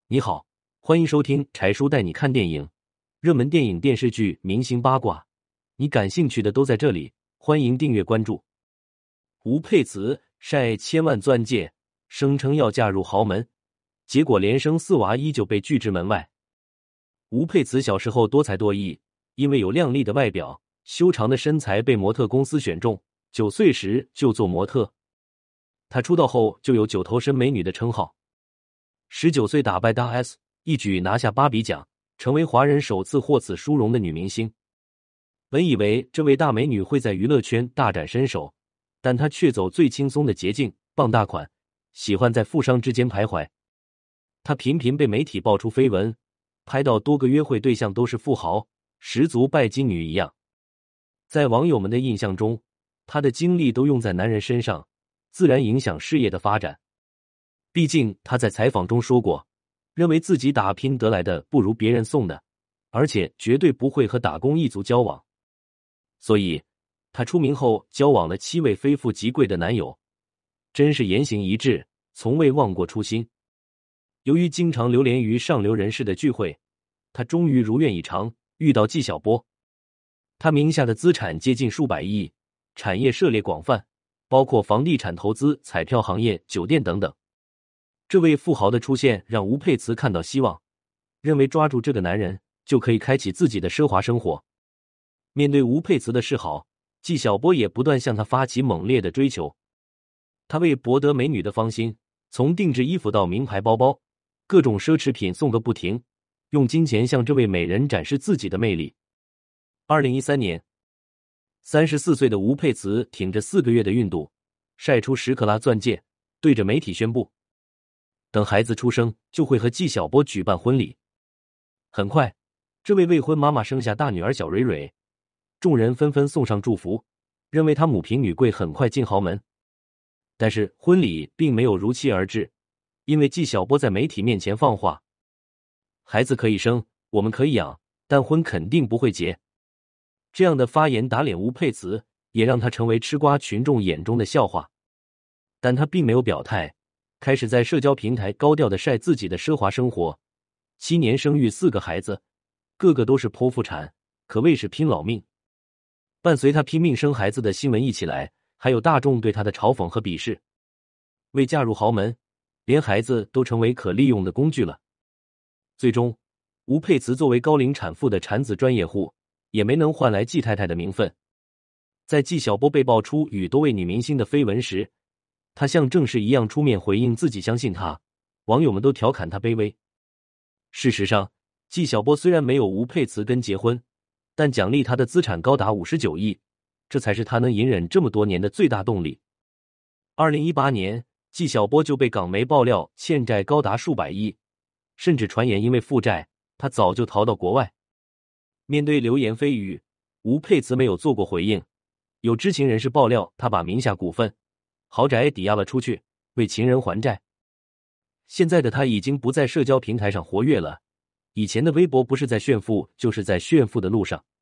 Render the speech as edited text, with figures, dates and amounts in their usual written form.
你好，欢迎收听柴叔带你看电影，热门电影、电视剧、明星八卦，你感兴趣的都在这里。欢迎订阅关注。吴佩慈晒千万钻戒，声称要嫁入豪门，结果连生4娃依旧被拒之门外。吴佩慈小时候多才多艺，因为有靓丽的外表、修长的身材，被模特公司选中。9岁时就做模特，她出道后就有9头身美女的称号。19岁打败大 S， 一举拿下芭比奖，成为华人首次获此殊荣的女明星。本以为这位大美女会在娱乐圈大展身手，但她却走最轻松的捷径，傍大款，喜欢在富商之间徘徊。她频频被媒体爆出绯闻，拍到多个约会对象都是富豪，十足拜金女一样。在网友们的印象中，她的精力都用在男人身上，自然影响事业的发展。毕竟她在采访中说过，认为自己打拼得来的不如别人送的，而且绝对不会和打工一族交往。所以她出名后交往了7位非富即贵的男友，真是言行一致，从未忘过初心。由于经常流连于上流人士的聚会，她终于如愿以偿遇到纪晓波。他名下的资产接近数百亿，产业涉猎广泛，包括房地产投资、彩票行业、酒店等等。这位富豪的出现让吴佩慈看到希望，认为抓住这个男人就可以开启自己的奢华生活。面对吴佩慈的示好，纪晓波也不断向她发起猛烈的追求。他为博得美女的芳心，从定制衣服到名牌包包，各种奢侈品送个不停，用金钱向这位美人展示自己的魅力。2013年，34岁的吴佩慈挺着4个月的孕肚，晒出10克拉钻戒，对着媒体宣布，等孩子出生就会和纪晓波举办婚礼。很快，这位未婚妈妈生下大女儿小蕊蕊，众人纷纷送上祝福，认为她母凭女贵，很快进豪门。但是婚礼并没有如期而至，因为纪晓波在媒体面前放话，孩子可以生，我们可以养，但婚肯定不会结。这样的发言打脸吴佩慈，也让她成为吃瓜群众眼中的笑话。但她并没有表态，开始在社交平台高调的晒自己的奢华生活。7年生育4个孩子，个个都是剖腹产，可谓是拼老命。伴随她拼命生孩子的新闻一起来，还有大众对她的嘲讽和鄙视。为嫁入豪门，连孩子都成为可利用的工具了。最终，吴佩慈作为高龄产妇的产子专业户，也没能换来纪太太的名分。在纪晓波被爆出与多位女明星的绯闻时，她像正室一样出面回应自己相信他，网友们都调侃她卑微。事实上，纪晓波虽然没有吴佩慈跟结婚，但奖励他的资产高达59亿，这才是他能隐忍这么多年的最大动力。2018年，纪晓波就被港媒爆料欠债高达数百亿，甚至传言因为负债，他早就逃到国外。面对流言蜚语，吴佩慈没有做过回应。有知情人士爆料，他把名下股份、豪宅抵押了出去，为情人还债。现在的他已经不在社交平台上活跃了，以前的微博不是在炫富，就是在炫富的路上。